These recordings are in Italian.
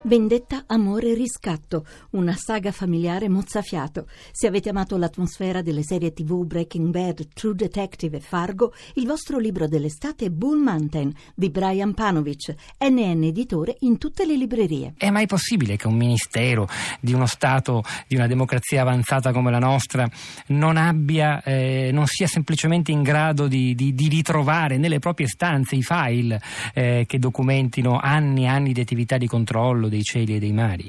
Vendetta, amore e riscatto, una saga familiare mozzafiato. Se avete amato l'atmosfera delle serie TV Breaking Bad, True Detective e Fargo, il vostro libro dell'estate è Bull Mountain di Brian Panovic, NN editore in tutte le librerie. È mai possibile che un ministero di uno Stato, di una democrazia avanzata come la nostra, non sia semplicemente in grado di ritrovare nelle proprie stanze i file che documentino anni e anni di attività di controllo dei cieli e dei mari?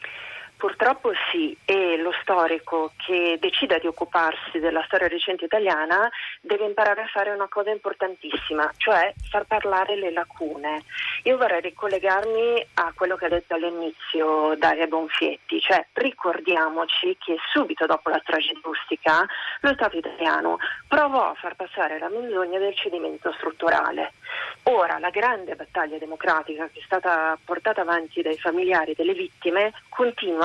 Purtroppo sì, e lo storico che decida di occuparsi della storia recente italiana deve imparare a fare una cosa importantissima, cioè far parlare le lacune. Io vorrei ricollegarmi a quello che ha detto all'inizio Daria Bonfietti, cioè ricordiamoci che subito dopo la tragedia rustica lo Stato italiano provò a far passare la menzogna del cedimento strutturale. Ora la grande battaglia democratica che è stata portata avanti dai familiari delle vittime continua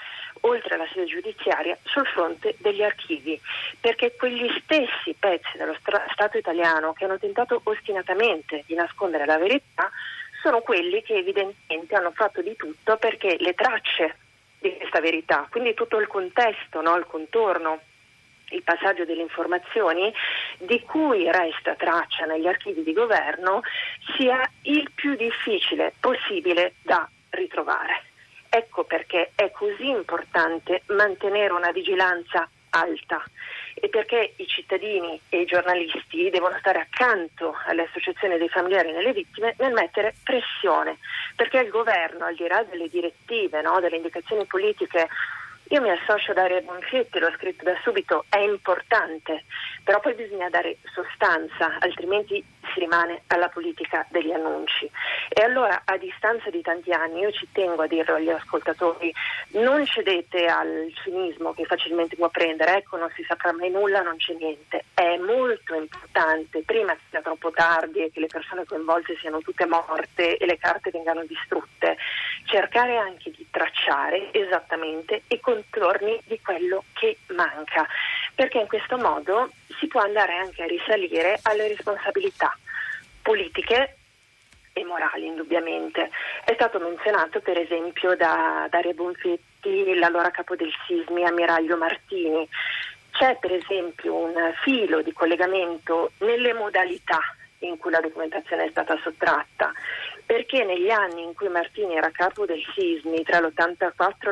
oltre alla sede giudiziaria sul fronte degli archivi, perché quegli stessi pezzi dello Stato italiano che hanno tentato ostinatamente di nascondere la verità sono quelli che evidentemente hanno fatto di tutto perché le tracce di questa verità, quindi tutto il contesto, il contorno, il passaggio delle informazioni di cui resta traccia negli archivi di governo, sia il più difficile possibile da ritrovare. Ecco perché è così importante mantenere una vigilanza alta e perché i cittadini e i giornalisti devono stare accanto alle associazioni dei familiari delle vittime nel mettere pressione, perché il governo, al di là delle direttive, delle indicazioni politiche, io mi associo a Daria Bonfietti, l'ho scritto da subito, è importante, però poi bisogna dare sostanza, altrimenti si rimane alla politica degli annunci. E allora, a distanza di tanti anni, io ci tengo a dirlo agli ascoltatori, non cedete al cinismo che facilmente può prendere, non si saprà mai nulla, non c'è niente. È molto importante, prima che sia troppo tardi e che le persone coinvolte siano tutte morte e le carte vengano distrutte, cercare anche di tracciare esattamente i contorni di quello che manca, perché in questo modo si può andare anche a risalire alle responsabilità politiche e morali, indubbiamente. È stato menzionato per esempio da Daria Bonfietti, l'allora capo del Sismi, ammiraglio Martini. C'è per esempio un filo di collegamento nelle modalità in cui la documentazione è stata sottratta, perché negli anni in cui Martini era capo del Sismi, tra l'84 e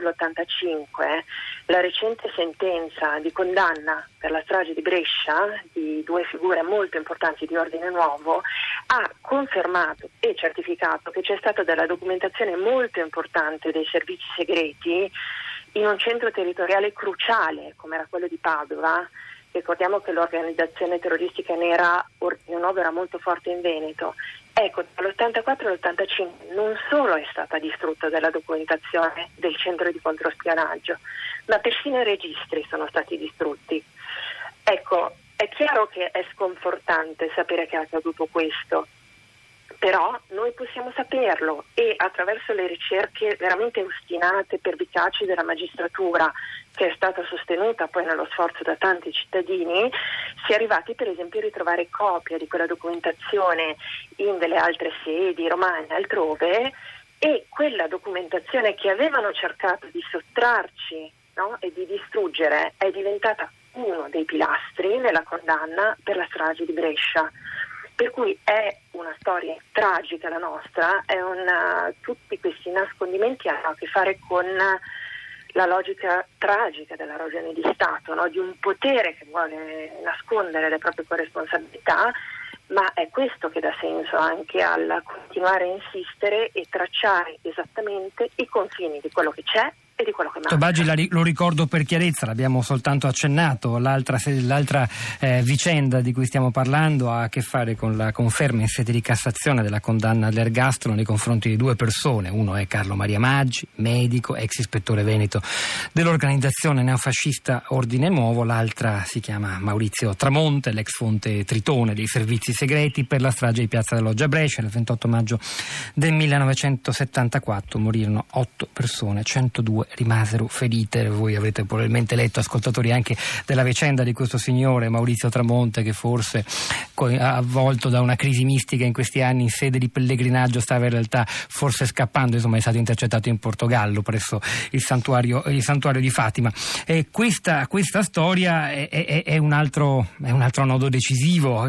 l'85, la recente sentenza di condanna per la strage di Brescia di due figure molto importanti di ordine nuovo ha confermato e certificato che c'è stata della documentazione molto importante dei servizi segreti in un centro territoriale cruciale come era quello di Padova. Ricordiamo che l'organizzazione terroristica nera Ordine Nuovo era molto forte in Veneto. Dall'84 all'85 non solo è stata distrutta della documentazione del centro di controspionaggio, ma persino i registri sono stati distrutti. È chiaro che è sconfortante sapere che è accaduto questo, però noi possiamo saperlo e attraverso le ricerche veramente ostinate, pervicaci della magistratura, che è stata sostenuta poi nello sforzo da tanti cittadini, si è arrivati per esempio a ritrovare copia di quella documentazione in delle altre sedi, Romagna, altrove, e quella documentazione che avevano cercato di sottrarci e di distruggere è diventata uno dei pilastri nella condanna per la strage di Brescia. Per cui è una storia tragica la nostra, tutti questi nascondimenti hanno a che fare con la logica tragica della ragione di Stato, di un potere che vuole nascondere le proprie corresponsabilità, ma è questo che dà senso anche al continuare a insistere e tracciare esattamente i confini di quello che c'è e di quello che manca. Baggi, lo ricordo per chiarezza, l'abbiamo soltanto accennato, l'altra vicenda di cui stiamo parlando ha a che fare con la conferma in sede di Cassazione della condanna all'ergastolo nei confronti di due persone. Uno è Carlo Maria Maggi, medico, ex ispettore veneto dell'organizzazione neofascista Ordine Nuovo, l'altra si chiama Maurizio Tramonte, l'ex fonte Tritone dei servizi segreti per la strage di Piazza della Loggia a Brescia. Il 28 maggio del 1974 morirono 8 persone, 102 rimasero ferite. Voi avrete probabilmente letto, ascoltatori, anche della vicenda di questo signore Maurizio Tramonte, che forse avvolto da una crisi mistica in questi anni in sede di pellegrinaggio stava in realtà forse scappando, insomma è stato intercettato in Portogallo presso il santuario di Fatima. Questa storia è un altro nodo decisivo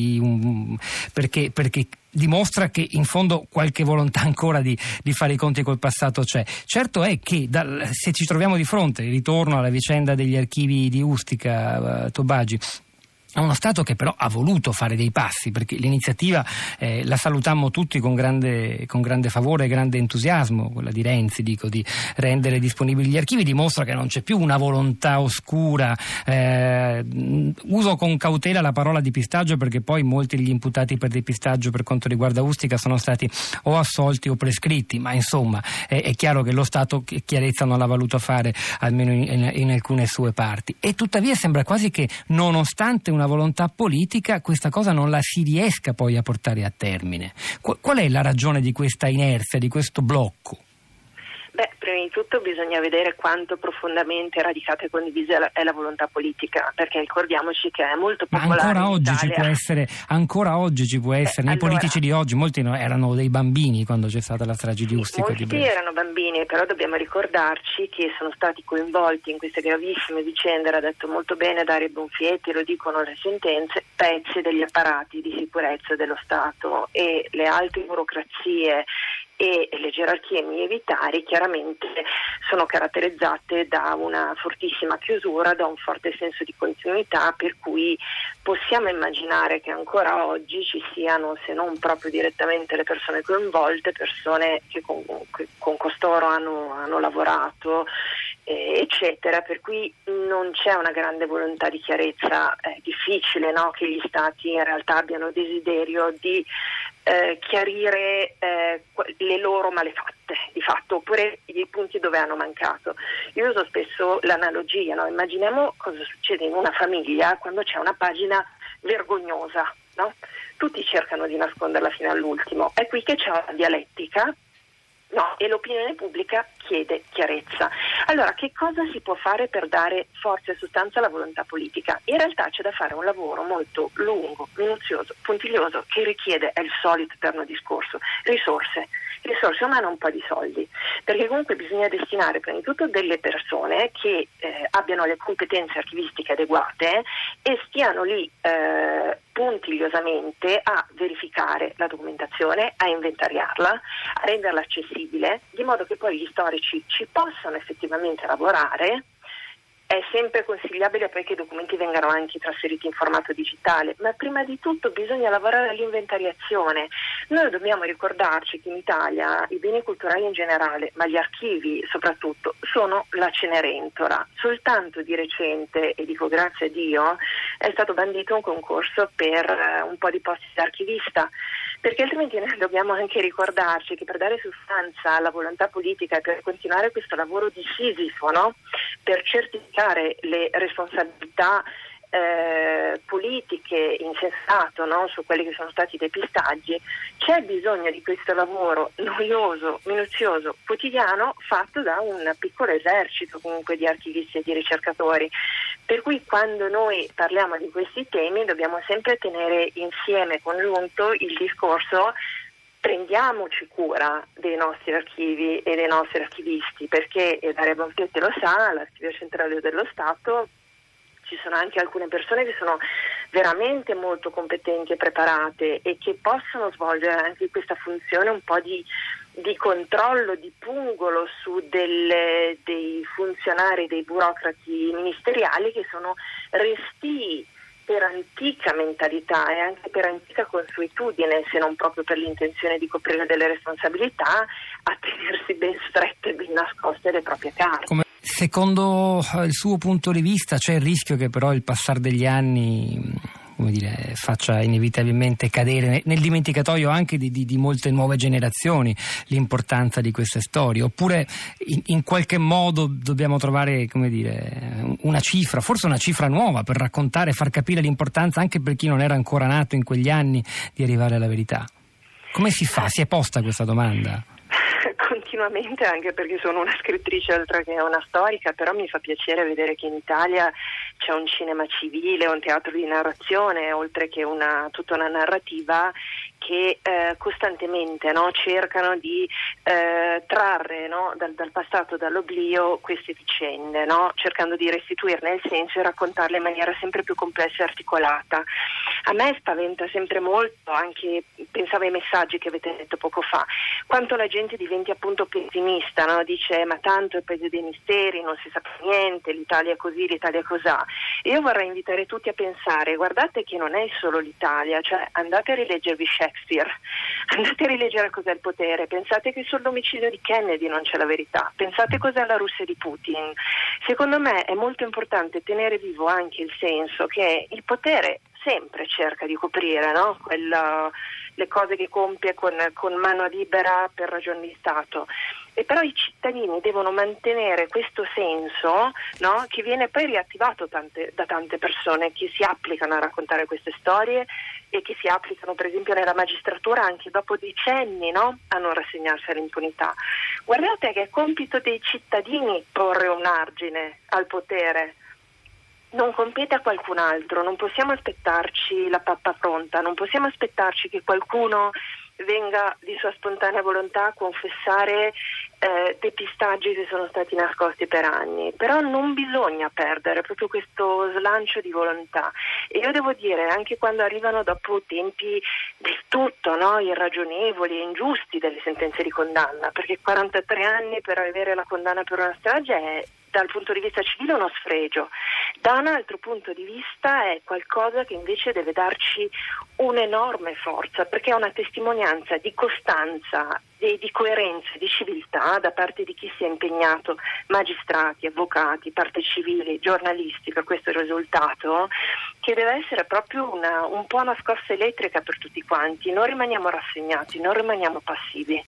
perché dimostra che in fondo qualche volontà ancora di fare i conti col passato c'è. Certo è che se ci troviamo di fronte, ritorno alla vicenda degli archivi di Ustica, Tobagi, è uno Stato che però ha voluto fare dei passi, perché l'iniziativa la salutammo tutti con grande favore e grande entusiasmo, quella di Renzi, di rendere disponibili gli archivi, dimostra che non c'è più una volontà oscura. Uso con cautela la parola depistaggio, perché poi molti degli imputati per depistaggio per quanto riguarda Ustica sono stati o assolti o prescritti, ma insomma è chiaro che lo Stato chiarezza non l'ha voluto fare, almeno in alcune sue parti, e tuttavia sembra quasi che nonostante una volontà politica questa cosa non la si riesca poi a portare a termine. Qual è la ragione di questa inerzia, di questo blocco? Prima di tutto bisogna vedere quanto profondamente radicata e condivisa è la volontà politica, perché ricordiamoci che è molto popolare. Ma ancora oggi ci può essere, nei politici di oggi, molti erano dei bambini quando c'è stata la strage di Ustica. Molti erano bambini, però dobbiamo ricordarci che sono stati coinvolti in queste gravissime vicende, l'ha detto molto bene Dario Bonfietti, lo dicono le sentenze, pezzi degli apparati di sicurezza dello Stato, e le alte burocrazie e le gerarchie militari chiaramente sono caratterizzate da una fortissima chiusura, da un forte senso di continuità, per cui possiamo immaginare che ancora oggi ci siano, se non proprio direttamente le persone coinvolte, persone che con costoro hanno lavorato, eccetera, per cui non c'è una grande volontà di chiarezza. È difficile, no, che gli Stati in realtà abbiano desiderio di chiarire le loro malefatte di fatto, oppure i punti dove hanno mancato. Io uso spesso l'analogia, no? Immaginiamo cosa succede in una famiglia quando c'è una pagina vergognosa, no? Tutti cercano di nasconderla fino all'ultimo. È qui che c'è una dialettica, no, e l'opinione pubblica chiede chiarezza. Allora, che cosa si può fare per dare forza e sostanza alla volontà politica? In realtà c'è da fare un lavoro molto lungo, minuzioso, puntiglioso, che richiede, è il solito eterno discorso, risorse umane, un po' di soldi, perché comunque bisogna destinare prima di tutto delle persone che abbiano le competenze archivistiche adeguate e stiano lì puntigliosamente a verificare la documentazione, a inventariarla, a renderla accessibile, di modo che poi gli storici ci possano effettivamente lavorare. È sempre consigliabile poi che i documenti vengano anche trasferiti in formato digitale, ma prima di tutto bisogna lavorare all'inventariazione. Noi dobbiamo ricordarci che in Italia i beni culturali in generale, ma gli archivi soprattutto, sono la Cenerentola. Soltanto di recente, e dico grazie a Dio, è stato bandito un concorso per un po' di posti da archivista, perché altrimenti noi dobbiamo anche ricordarci che per dare sostanza alla volontà politica e per continuare questo lavoro di Sisifo, no? Per certificare le responsabilità politiche in sensato, no? Su quelli che sono stati i depistaggi, c'è bisogno di questo lavoro noioso, minuzioso, quotidiano, fatto da un piccolo esercito comunque di archivisti e di ricercatori. Per cui quando noi parliamo di questi temi dobbiamo sempre tenere insieme, congiunto, il discorso: prendiamoci cura dei nostri archivi e dei nostri archivisti, perché Dario Bonfietti lo sa, all'Archivio Centrale dello Stato ci sono anche alcune persone che sono veramente molto competenti e preparate e che possono svolgere anche questa funzione un po' di controllo, di pungolo su dei funzionari, dei burocrati ministeriali che sono restii per antica mentalità e anche per antica consuetudine, se non proprio per l'intenzione di coprire delle responsabilità, a tenersi ben strette e ben nascoste le proprie carte. Secondo il suo punto di vista c'è il rischio che però il passare degli anni, come dire, faccia inevitabilmente cadere nel dimenticatoio anche di molte nuove generazioni l'importanza di queste storie, oppure in qualche modo dobbiamo trovare, come dire, una cifra, forse una cifra nuova per raccontare, far capire l'importanza anche per chi non era ancora nato in quegli anni di arrivare alla verità? Come si fa? Si è posta questa domanda? continuamente, anche perché sono una scrittrice oltre che una storica, però mi fa piacere vedere che in Italia c'è un cinema civile, un teatro di narrazione, oltre che tutta una narrativa che costantemente, no, cercano di trarre, no, dal passato, dall'oblio, queste vicende, no, cercando di restituirne il senso e raccontarle in maniera sempre più complessa e articolata. A me spaventa sempre molto, anche pensavo ai messaggi che avete detto poco fa, quanto la gente diventi appunto pessimista, no? Dice ma tanto è il paese dei misteri, non si sa più niente, l'Italia è così, l'Italia è cosà. E io vorrei invitare tutti a pensare, guardate che non è solo l'Italia, cioè andate a rileggervi Shakespeare, andate a rileggere Cos'è il potere, pensate che sull'omicidio di Kennedy non c'è la verità, pensate cos'è la Russia di Putin. Secondo me è molto importante tenere vivo anche il senso che il potere sempre cerca di coprire, no? Le cose che compie con mano libera per ragioni di Stato. E però i cittadini devono mantenere questo senso, no? Che viene poi riattivato da tante persone che si applicano a raccontare queste storie e che si applicano per esempio nella magistratura anche dopo decenni, no? A non rassegnarsi all'impunità. Guardate che è compito dei cittadini porre un argine al potere. Non compete a qualcun altro, non possiamo aspettarci la pappa pronta, non possiamo aspettarci che qualcuno venga di sua spontanea volontà a confessare depistaggi che sono stati nascosti per anni, però non bisogna perdere proprio questo slancio di volontà. E io devo dire, anche quando arrivano dopo tempi del tutto, no, irragionevoli e ingiusti delle sentenze di condanna, perché 43 anni per avere la condanna per una strage è dal punto di vista civile uno sfregio, da un altro punto di vista è qualcosa che invece deve darci un'enorme forza, perché è una testimonianza di costanza, di coerenza, di civiltà da parte di chi si è impegnato, magistrati, avvocati, parte civile, giornalisti, per questo risultato, che deve essere proprio un po' una scossa elettrica per tutti quanti. Non rimaniamo rassegnati, non rimaniamo passivi.